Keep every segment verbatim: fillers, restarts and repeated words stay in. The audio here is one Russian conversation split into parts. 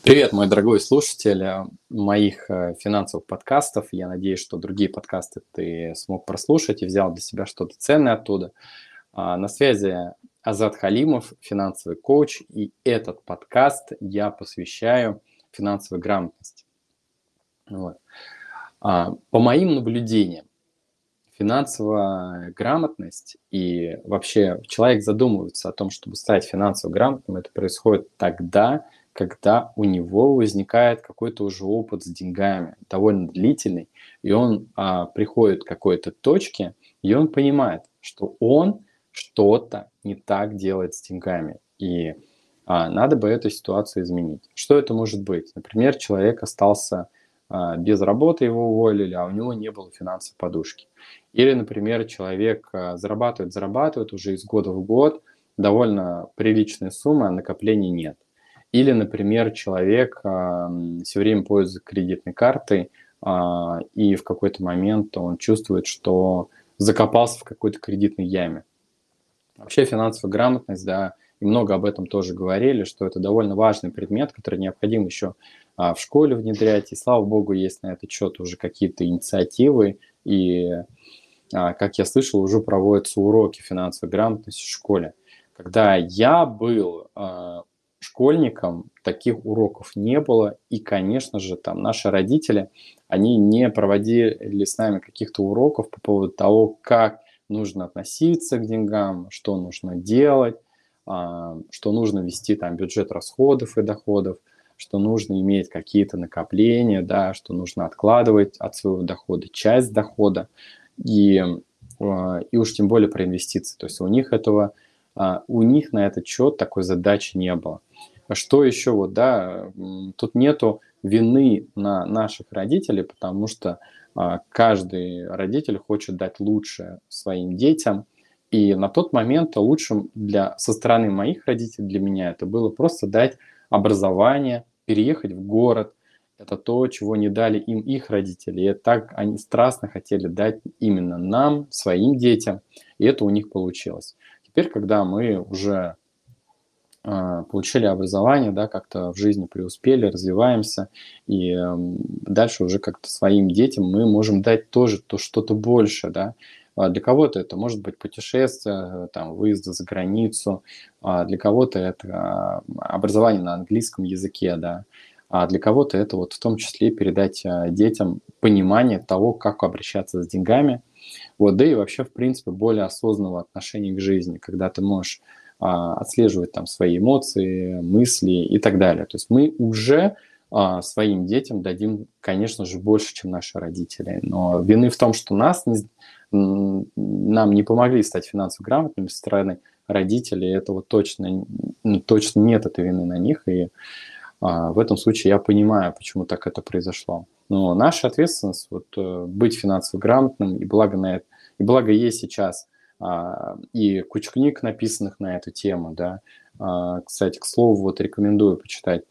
Привет, мой дорогой слушатель э, моих э, финансовых подкастов. Я надеюсь, что другие подкасты ты смог прослушать и взял для себя что-то ценное оттуда. А, На связи Азат Халимов, финансовый коуч, и этот подкаст я посвящаю финансовой грамотности. Вот. А, По моим наблюдениям, финансовая грамотность и вообще человек задумывается о том, чтобы стать финансово грамотным, это происходит тогда, когда у него возникает какой-то уже опыт с деньгами, довольно длительный, и он а, приходит к какой-то точке, и он понимает, что он что-то не так делает с деньгами, и а, надо бы эту ситуацию изменить. Что это может быть? Например, человек остался а, без работы, его уволили, а у него не было финансовой подушки. Или, например, человек а, зарабатывает, зарабатывает уже из года в год довольно приличные суммы, а накоплений нет. Или, например, человек а, все время пользуется кредитной картой, а, и в какой-то момент он чувствует, что закопался в какой-то кредитной яме. Вообще финансовая грамотность, да, и много об этом тоже говорили, что это довольно важный предмет, который необходимо еще а, в школе внедрять. И слава богу, есть на этот счет уже какие-то инициативы. И, а, как я слышал, уже проводятся уроки финансовой грамотности в школе. Когда я был а, школьником, таких уроков не было. И, конечно же, там наши родители, они не проводили с нами каких-то уроков по поводу того, как нужно относиться к деньгам, что нужно делать, а, что нужно вести там бюджет расходов и доходов, что нужно иметь какие-то накопления, да, что нужно откладывать от своего дохода часть дохода, и, а, и уж тем более про инвестиции. То есть у них этого, а, у них на этот счет такой задачи не было. Что еще вот, да, м, тут нету вины на наших родителей, потому что а, каждый родитель хочет дать лучшее своим детям. И на тот момент лучшим для, со стороны моих родителей для меня это было просто дать образование, переехать в город. Это то, чего не дали им их родители. И так они страстно хотели дать именно нам, своим детям. И это у них получилось. Теперь, когда мы уже а, получили образование, да, как-то в жизни преуспели, развиваемся, и эм, дальше уже как-то своим детям мы можем дать тоже то что-то больше, да. А Для кого-то это может быть путешествие, там, выезды за границу, а для кого-то это а, образование на английском языке, да, а для кого-то это вот в том числе передать а, детям понимание того, как обращаться с деньгами, вот, да и вообще, в принципе, более осознанного отношения к жизни, когда ты можешь а, отслеживать там свои эмоции, мысли и так далее. То есть мы уже а, своим детям дадим, конечно же, больше, чем наши родители. Но вины в том, что нас не, м, нам не помогли стать финансово грамотными со стороны родителей, этого точно, ну, точно нет этой вины на них. И а, в этом случае я понимаю, почему так это произошло. Но наша ответственность вот, э, быть финансово грамотным, и благо, на это, и благо есть сейчас а, и куча книг, написанных на эту тему. Да. А, кстати, к слову, вот рекомендую почитать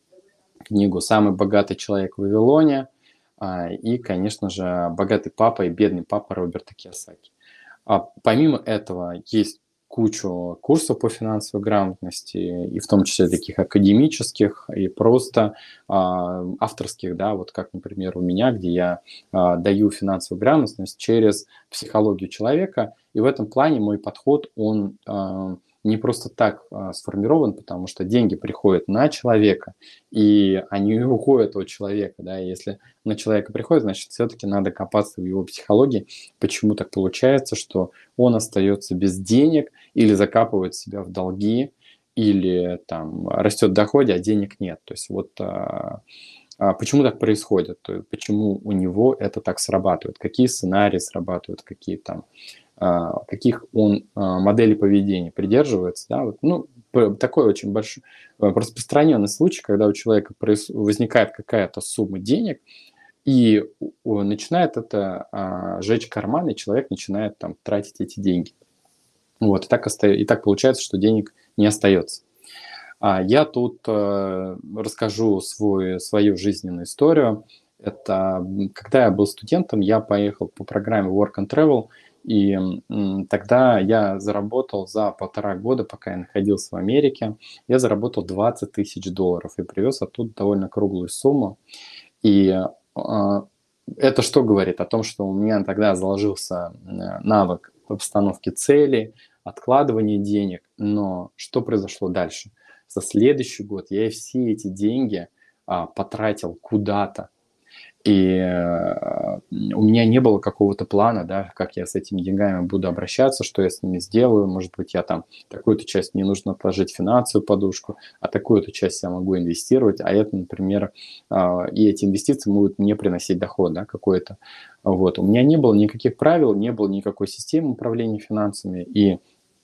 книгу «Самый богатый человек в Вавилоне» а, и, конечно же, «Богатый папа и бедный папа» Роберта Кийосаки. А помимо этого есть кучу курсов по финансовой грамотности, и в том числе таких академических, и просто а, авторских, да, вот как, например, у меня, где я а, даю финансовую грамотность через психологию человека, и в этом плане мой подход, он а, не просто так а, сформирован, потому что деньги приходят на человека, и они уходят от человека, да, и если на человека приходят, значит, все-таки надо копаться в его психологии, почему так получается, что он остается без денег или закапывает себя в долги, или там растет в доходе, а денег нет. То есть вот а, а почему так происходит, то есть почему у него это так срабатывает, какие сценарии срабатывают, какие там, а, каких он а, моделей поведения придерживается. Да? Вот, ну, п- такой очень большой, э, распространенный случай, когда у человека проис- возникает какая-то сумма денег, и у- у- начинает это а, жечь карман, и человек начинает там тратить эти деньги. Вот, и так, оста- и так получается, что денег не остается. А я тут э, расскажу свой, свою жизненную историю. Это м, когда я был студентом, я поехал по программе Work and Travel, И м, тогда я заработал за полтора года, пока я находился в Америке, я заработал двадцать тысяч долларов и привез оттуда довольно круглую сумму. И а, это что говорит? О том, что у меня тогда заложился м, навык постановки целей, откладывания денег. Но что произошло дальше? За следующий год я и все эти деньги а, потратил куда-то. И э, у меня не было какого-то плана, да, как я с этими деньгами буду обращаться, что я с ними сделаю. Может быть, я там такую-то часть мне нужно отложить в финансовую подушку, а такую-то часть я могу инвестировать, а это, например, а, и эти инвестиции могут мне приносить доход, да, какой-то. Вот. У меня не было никаких правил, не было никакой системы управления финансами, и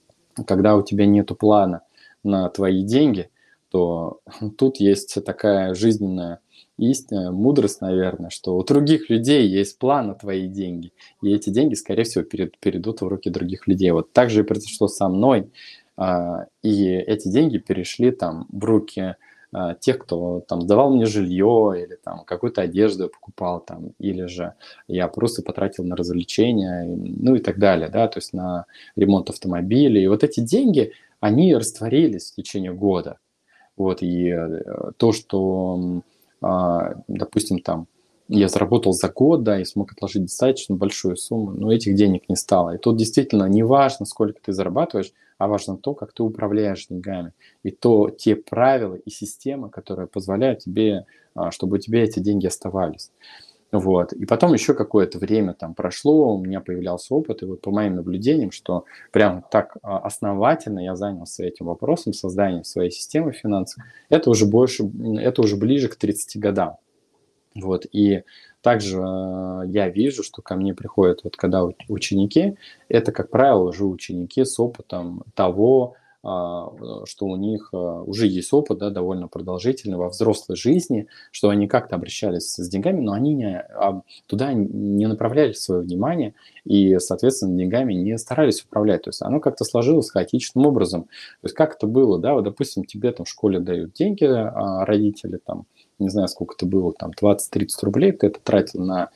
когда у тебя нету плана на твои деньги, то тут есть такая жизненная истина, мудрость, наверное, что у других людей есть план на твои деньги, и эти деньги, скорее всего, перед- перейдут в руки других людей. Вот так же и произошло со мной, а, и эти деньги перешли там в руки а, тех, кто там сдавал мне жилье или там какую-то одежду я покупал там, или же я просто потратил на развлечения, и- ну и так далее, да, то есть на ремонт автомобиля. И вот эти деньги, они растворились в течение года. Вот, и э, то, что, м, а, допустим, там, я заработал за год, да, и смог отложить достаточно большую сумму, но этих денег не стало. И тут действительно не важно, сколько ты зарабатываешь, а важно то, как ты управляешь деньгами. И то, те правила и системы, которые позволяют тебе, а, чтобы у тебя эти деньги оставались. Вот. И потом еще какое-то время там прошло, у меня появлялся опыт, и вот по моим наблюдениям, что прям так а, основательно я занялся этим вопросом, созданием своей системы финансов, это уже больше, м, это уже ближе к тридцати годам. Вот. И также э, я вижу, что ко мне приходят, вот когда у- ученики, это, как правило, уже ученики с опытом того, а, э, что у них а, уже есть опыт, да, довольно продолжительный во взрослой жизни, что они как-то обращались с деньгами, но они не, а, туда не направляли свое внимание и, соответственно, деньгами не старались управлять. То есть оно как-то сложилось хаотичным образом. То есть как это было, да, вот, допустим, тебе там в школе дают деньги, а, родители там, не знаю, сколько это было, там двадцать-тридцать рублей, ты это тратил на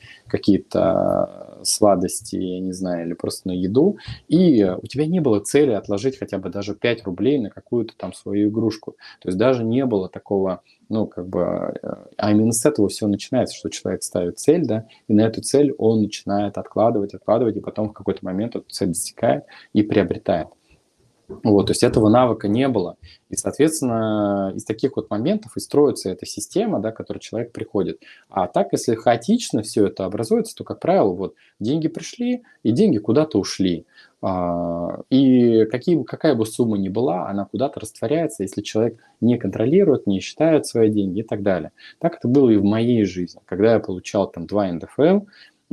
какие-то сладости, я не знаю, или просто на еду, и у тебя не было цели отложить хотя бы даже пять рублей на какую-то там свою игрушку. То есть даже не было такого, ну, как бы, э, а именно с этого все начинается, что человек ставит цель, да, и на эту цель он начинает откладывать, откладывать, и потом в какой-то момент эту цель достигает и приобретает. Вот, то есть этого навыка не было. И, соответственно, из таких вот моментов и строится эта система, да, к которой человек приходит. А так, если хаотично все это образуется, то, как правило, вот деньги пришли, и деньги куда-то ушли. А, И какие, бы- какая бы сумма ни была, она куда-то растворяется, если человек не контролирует, не считает свои деньги и так далее. Так это было и в моей жизни. Когда я получал там два эн дэ эф эл,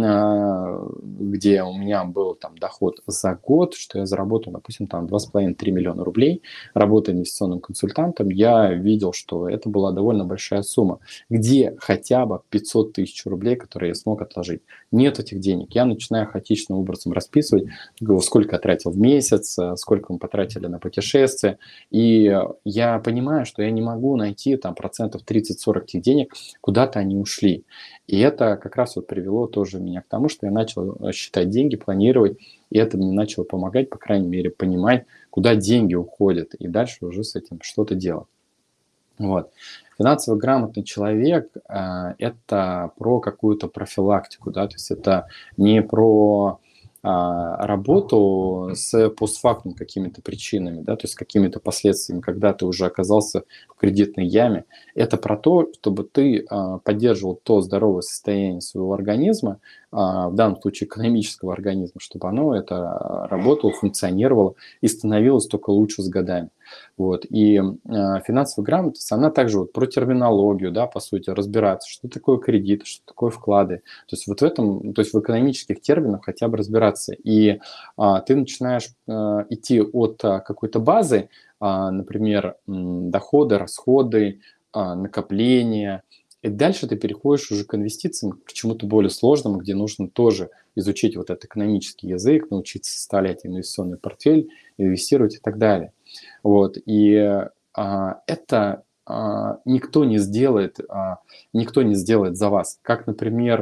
а, где у меня был там доход за год, что я заработал, допустим, там два с половиной-три миллиона рублей, работая инвестиционным консультантом, я видел, что это была довольно большая сумма. Где хотя бы пятьсот тысяч рублей, которые я смог отложить? Нет этих денег. Я начинаю хаотичным образом расписывать, говорю, сколько я тратил в месяц, э, сколько мы потратили на путешествия. И я понимаю, что я не могу найти там процентов тридцать-сорок этих денег, куда-то они ушли. И это как раз вот привело тоже меня к тому, что я начал э, считать деньги, планировать, и это мне начало помогать, по крайней мере, понимать, куда деньги уходят, и дальше уже с этим что-то делать. Вот. Финансово грамотный человек а, это про какую-то профилактику, да, то есть это не про а, работу с постфактум какими-то причинами, да, то есть какими-то последствиями, когда ты уже оказался в кредитной яме. Это про то, чтобы ты а, поддерживал то здоровое состояние своего организма, а, в данном случае экономического организма, чтобы оно это работало, функционировало и становилось только лучше с годами. Вот. И э, финансовая грамотность, она также вот про терминологию, да, по сути, разбираться, что такое кредит, что такое вклады. То есть вот в этом, то есть в экономических терминах хотя бы разбираться. И а, ты начинаешь а, идти от а, какой-то базы, а, например, м, доходы, расходы, а, накопления. И дальше ты переходишь уже к инвестициям, к чему-то более сложному, где нужно тоже изучить вот этот экономический язык, научиться составлять инвестиционный портфель, инвестировать и так далее. Вот, и а, это а, никто не сделает, а, никто не сделает за вас. Как, например,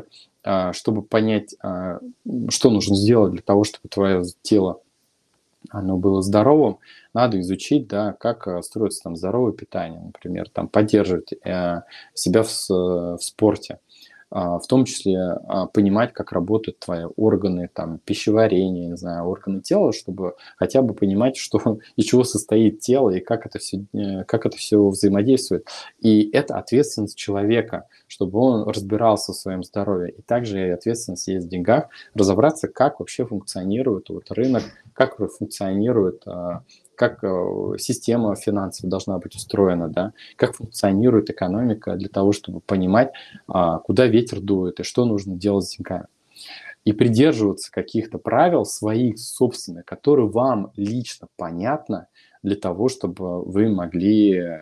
а, чтобы понять, а, м, что нужно сделать для того, чтобы твое з тело, оно было здоровым, надо изучить, да, как, а, строится там здоровое питание, например, там поддерживать, э, себя в с в спорте. А, в том числе, а, понимать, как работают твои органы, там, пищеварение, не знаю, органы тела, чтобы хотя бы понимать, что из чего состоит тело и как это всё, э, как это всё взаимодействует. И это ответственность человека, чтобы он разбирался в своем здоровье. И также и ответственность есть в деньгах. Разобраться, как вообще функционирует вот рынок, как в функционирует, а, как, э, система финансовая должна быть устроена, да, как функционирует экономика для того, чтобы понимать, а, куда ветер дует и что нужно делать с деньгами. И придерживаться каких-то правил своих собственных, которые вам лично понятно, для того, чтобы вы могли,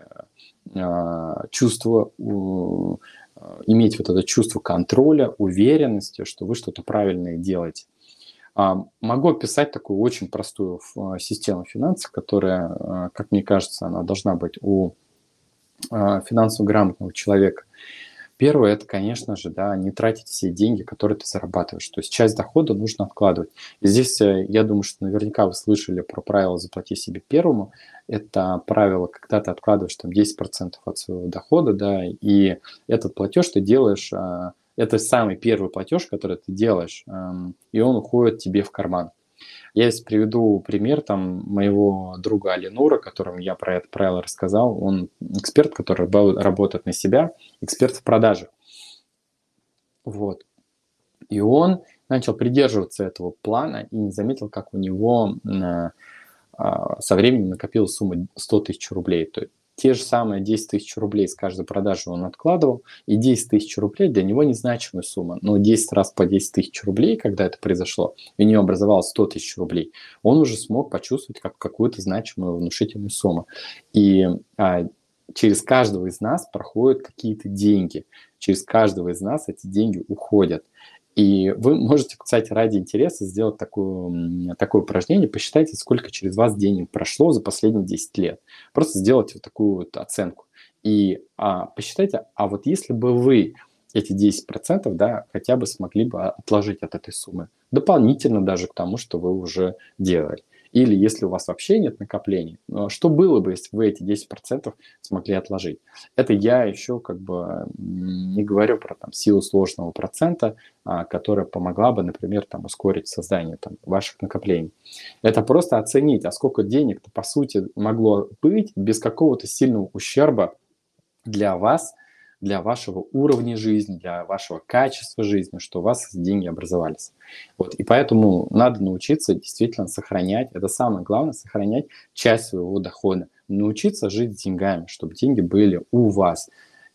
а, чувство у а, иметь вот это чувство контроля, уверенности, что вы что-то правильное делаете. А, могу описать такую очень простую ф а, систему финансов, которая, а, как мне кажется, она должна быть у, а, финансово грамотного человека. Первое- это, конечно же, да, не тратить все деньги, которые ты зарабатываешь. То есть часть дохода нужно откладывать. И здесь, э, я думаю, что наверняка вы слышали про правило "заплати себе первому". Это правило, когда ты откладываешь там десять процентов от своего дохода, да, и этот платеж ты делаешь, а, это самый первый платеж, который ты делаешь, ам, и он уходит тебе в карман. Я здесь приведу пример там моего друга Алинура, которому я про это правило рассказал. Он эксперт, который бау работает на себя, эксперт в продажах. Вот. И он начал придерживаться этого плана и не заметил, как у него, м, а, со временем накопилась сумма сто тысяч рублей. То есть те же самые десять тысяч рублей с каждой продажи он откладывал, и десять тысяч рублей для него незначимая сумма. Но десять раз по десять тысяч рублей, когда это произошло, и у него образовалось сто тысяч рублей, он уже смог почувствовать как какую-то значимую, внушительную сумму. И, а, через каждого из нас проходят какие-то деньги. Через каждого из нас эти деньги уходят. И вы можете, кстати, ради интереса сделать такую, м, такое упражнение. Посчитайте, сколько через вас денег прошло за последние десять лет. Просто сделайте вот такую вот оценку. И, а, посчитайте, а вот если бы вы эти десять процентов, да, хотя бы смогли бы отложить от этой суммы, дополнительно даже к тому, что вы уже делали. Или если у вас вообще нет накоплений, но что было бы, если бы вы эти десять процентов смогли отложить? Это я еще как бы, м, не говорю про там силу сложного процента, а, которая помогла бы, например, там ускорить создание там ваших накоплений. Это просто оценить, а сколько денег-то по сути могло быть без какого-то сильного ущерба для вас, для вашего уровня жизни, для вашего качества жизни, что у вас деньги образовались. Вот. И поэтому надо научиться действительно сохранять, это самое главное, сохранять часть своего дохода. Научиться жить с деньгами, чтобы деньги были у вас.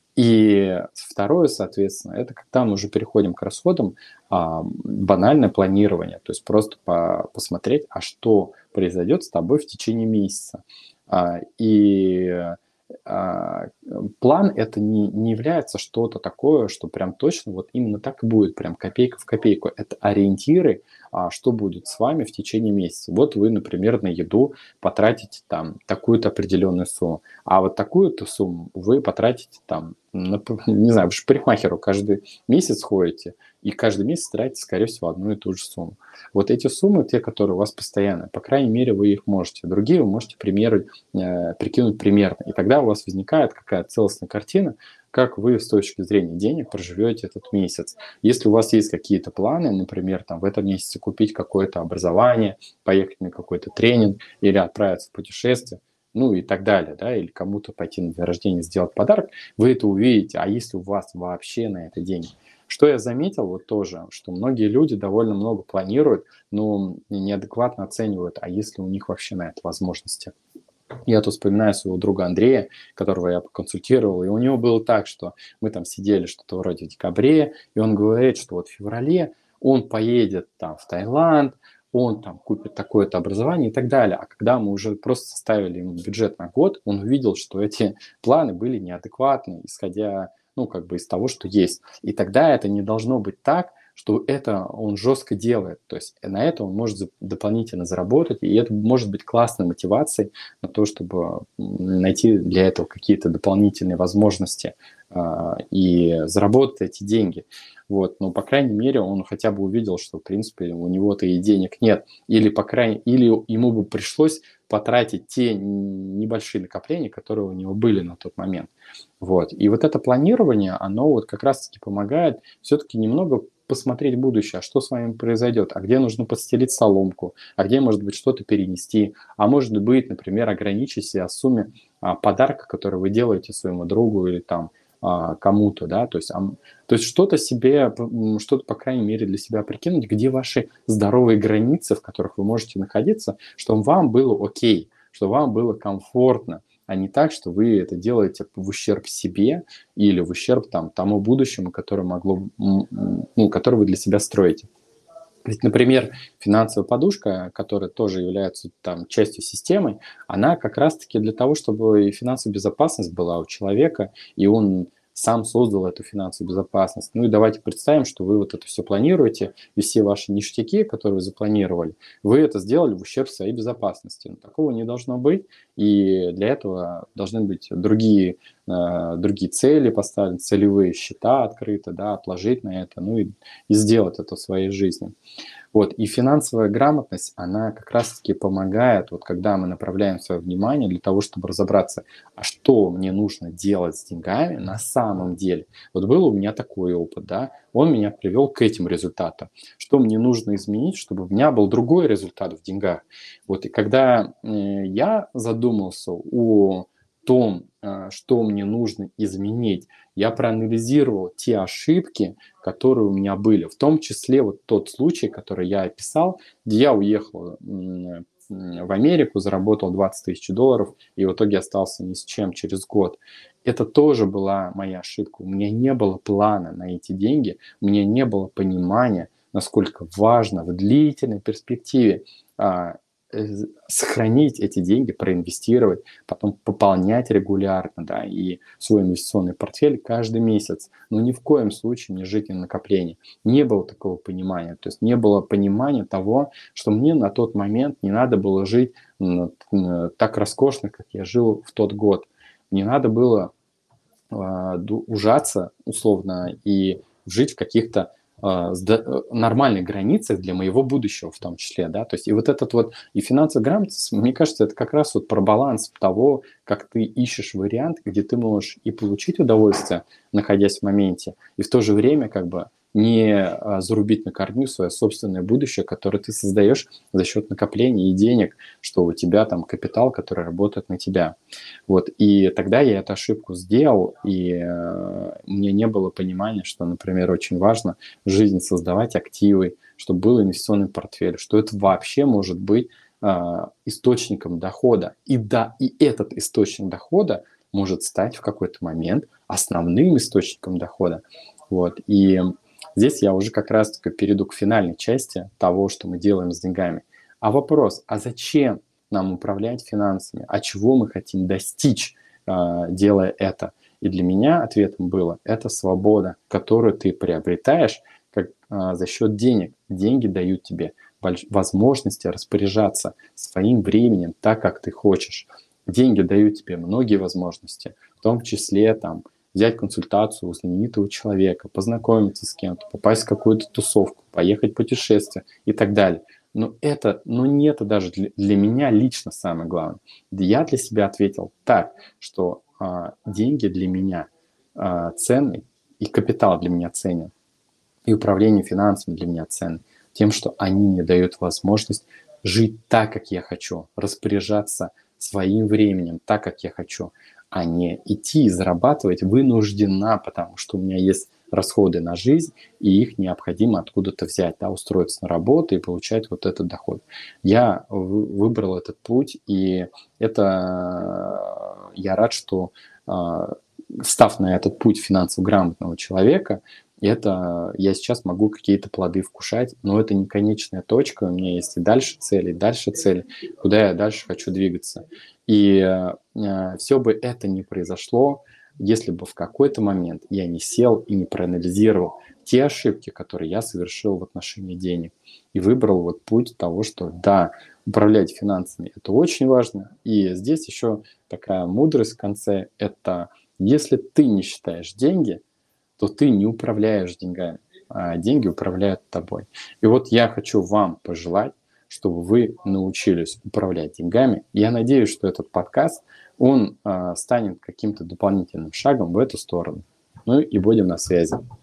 И второе, соответственно, это когда мы уже переходим к расходам, а, банальное планирование. То есть просто по посмотреть, а что произойдет с тобой в течение месяца. А, и, а, план- это не не является что-то такое, что прям точно вот именно так и будет, прям копейка в копейку. Это ориентиры, а, что будет с вами в течение месяца. Вот вы, например, на еду потратите там такую-то определенную сумму, а вот такую-то сумму вы потратите там, на п не знаю, вы же к парикмахеру каждый месяц ходите, и каждый месяц тратите, скорее всего, одну и ту же сумму. Вот эти суммы, те, которые у вас постоянные, по крайней мере, вы их можете. Другие вы можете примеры, э, прикинуть примерно. И тогда у вас возникает какая-то целостная картина, как вы с точки зрения денег проживете этот месяц. Если у вас есть какие-то планы, например, там в этом месяце купить какое-то образование, поехать на какой-то тренинг или отправиться в путешествие, ну и так далее, да, или кому-то пойти на день рождения сделать подарок, вы это увидите. А если у вас вообще на это денег? Что я заметил вот тоже, что многие люди довольно много планируют, но неадекватно оценивают, а есть ли у них вообще на это возможности. Я тут вспоминаю своего друга Андрея, которого я поконсультировал, и у него было так, что мы там сидели что-то вроде в декабре, и он говорит, что вот в феврале он поедет там в Таиланд, он там купит такое-то образование и так далее. А когда мы уже просто составили ему бюджет на год, он увидел, что эти планы были неадекватны, исходя, ну, как бы из того, что есть. И тогда это не должно быть так, что это он жестко делает. То есть на это он может за- дополнительно заработать, и это может быть классной мотивацией на то, чтобы м, найти для этого какие-то дополнительные возможности а, и заработать эти деньги. Вот, но, по крайней мере, он хотя бы увидел, что, в принципе, у него-то и денег нет. Или, по крайней, или ему бы пришлось потратить те небольшие накопления, которые у него были на тот момент. Вот. И вот это планирование, оно вот как раз-таки помогает все-таки немного посмотреть будущее, а что с вами произойдет, а где нужно подстелить соломку, а где, может быть, что-то перенести, а может быть, например, ограничить себя в сумме а, подарка, который вы делаете своему другу или там а, кому-то, да, то есть, а, то есть что-то себе, м, что-то, по крайней мере, для себя прикинуть, где ваши здоровые границы, в которых вы можете находиться, чтобы вам было окей, чтобы вам было комфортно, а не так, что вы это делаете в ущерб себе или в ущерб там, тому будущему, которое могло, ну, которое вы для себя строите. Ведь, например, финансовая подушка, которая тоже является там частью системы, она как раз-таки для того, чтобы и финансовая безопасность была у человека, и он сам создал эту финансовую безопасность. Ну и давайте представим, что вы вот это все планируете, и все ваши ништяки, которые вы запланировали, вы это сделали в ущерб своей безопасности. Но такого не должно быть, и для этого должны быть другие, э, другие цели поставлены, целевые счета открыты, да, отложить на это, ну и, и сделать это в своей жизни. Вот. И финансовая грамотность, она как раз-таки помогает, вот когда мы направляем свое внимание для того, чтобы разобраться, а что мне нужно делать с деньгами на самом деле. Вот был у меня такой опыт, да, он меня привел к этим результатам. Что мне нужно изменить, чтобы у меня был другой результат в деньгах. Вот. И когда э, я задумался о том, э, что мне нужно изменить, я проанализировал те ошибки, которые у меня были. В том числе вот тот случай, который я описал, где я уехал в Америку, заработал двадцать тысяч долларов и в итоге остался ни с чем через год. Это тоже была моя ошибка. У меня не было плана на эти деньги, у меня не было понимания, насколько важно в длительной перспективе а, э, сохранить эти деньги, проинвестировать, потом пополнять регулярно, да, и свой инвестиционный портфель каждый месяц. Но ни в коем случае не жить на накоплении. Не было такого понимания. То есть не было понимания того, что мне на тот момент не надо было жить так роскошно, как я жил в тот год. Не надо было э, ужаться условно и жить в каких-то э, нормальных границах для моего будущего в том числе, да, то есть и вот этот вот, и финансовая грамотность, мне кажется, это как раз вот про баланс того, как ты ищешь вариант, где ты можешь и получить удовольствие, находясь в моменте, и в то же время как бы не а, зарубить на корню свое собственное будущее, которое ты создаешь за счет накопления и денег, что у тебя там капитал, который работает на тебя. Вот. И тогда я эту ошибку сделал, и э, у меня не было понимания, что, например, очень важно в жизни создавать активы, чтобы был инвестиционный портфель, что это вообще может быть э, источником дохода. И да, и этот источник дохода может стать в какой-то момент основным источником дохода. Вот. И здесь я уже как раз-таки перейду к финальной части того, что мы делаем с деньгами. А вопрос, а зачем нам управлять финансами? А чего мы хотим достичь, делая это? И для меня ответом было, это свобода, которую ты приобретаешь как, за счет денег. Деньги дают тебе возможности распоряжаться своим временем так, как ты хочешь. Деньги дают тебе многие возможности, в том числе там, взять консультацию у знаменитого человека, познакомиться с кем-то, попасть в какую-то тусовку, поехать в путешествие и так далее. Но это, но не это даже для, для меня лично самое главное. Я для себя ответил так, что а, деньги для меня а, ценны, и капитал для меня ценен, и управление финансами для меня ценно тем, что они мне дают возможность жить так, как я хочу, распоряжаться своим временем так, как я хочу, а не идти и зарабатывать вынуждена, потому что у меня есть расходы на жизнь, и их необходимо откуда-то взять, да, устроиться на работу и получать вот этот доход. Я выбрал этот путь, и это я рад, что став на этот путь финансово грамотного человека, это я сейчас могу какие-то плоды вкушать, но это не конечная точка, у меня есть и дальше цели, и дальше цели, куда я дальше хочу двигаться. И э, все бы это не произошло, если бы в какой-то момент я не сел и не проанализировал те ошибки, которые я совершил в отношении денег, и выбрал вот путь того, что да, управлять финансами – это очень важно. И здесь еще такая мудрость в конце – это Если ты не считаешь деньги, то ты не управляешь деньгами, а деньги управляют тобой. И вот я хочу вам пожелать, чтобы вы научились управлять деньгами. Я надеюсь, что этот подкаст, он а, станет каким-то дополнительным шагом в эту сторону. Ну и будем на связи.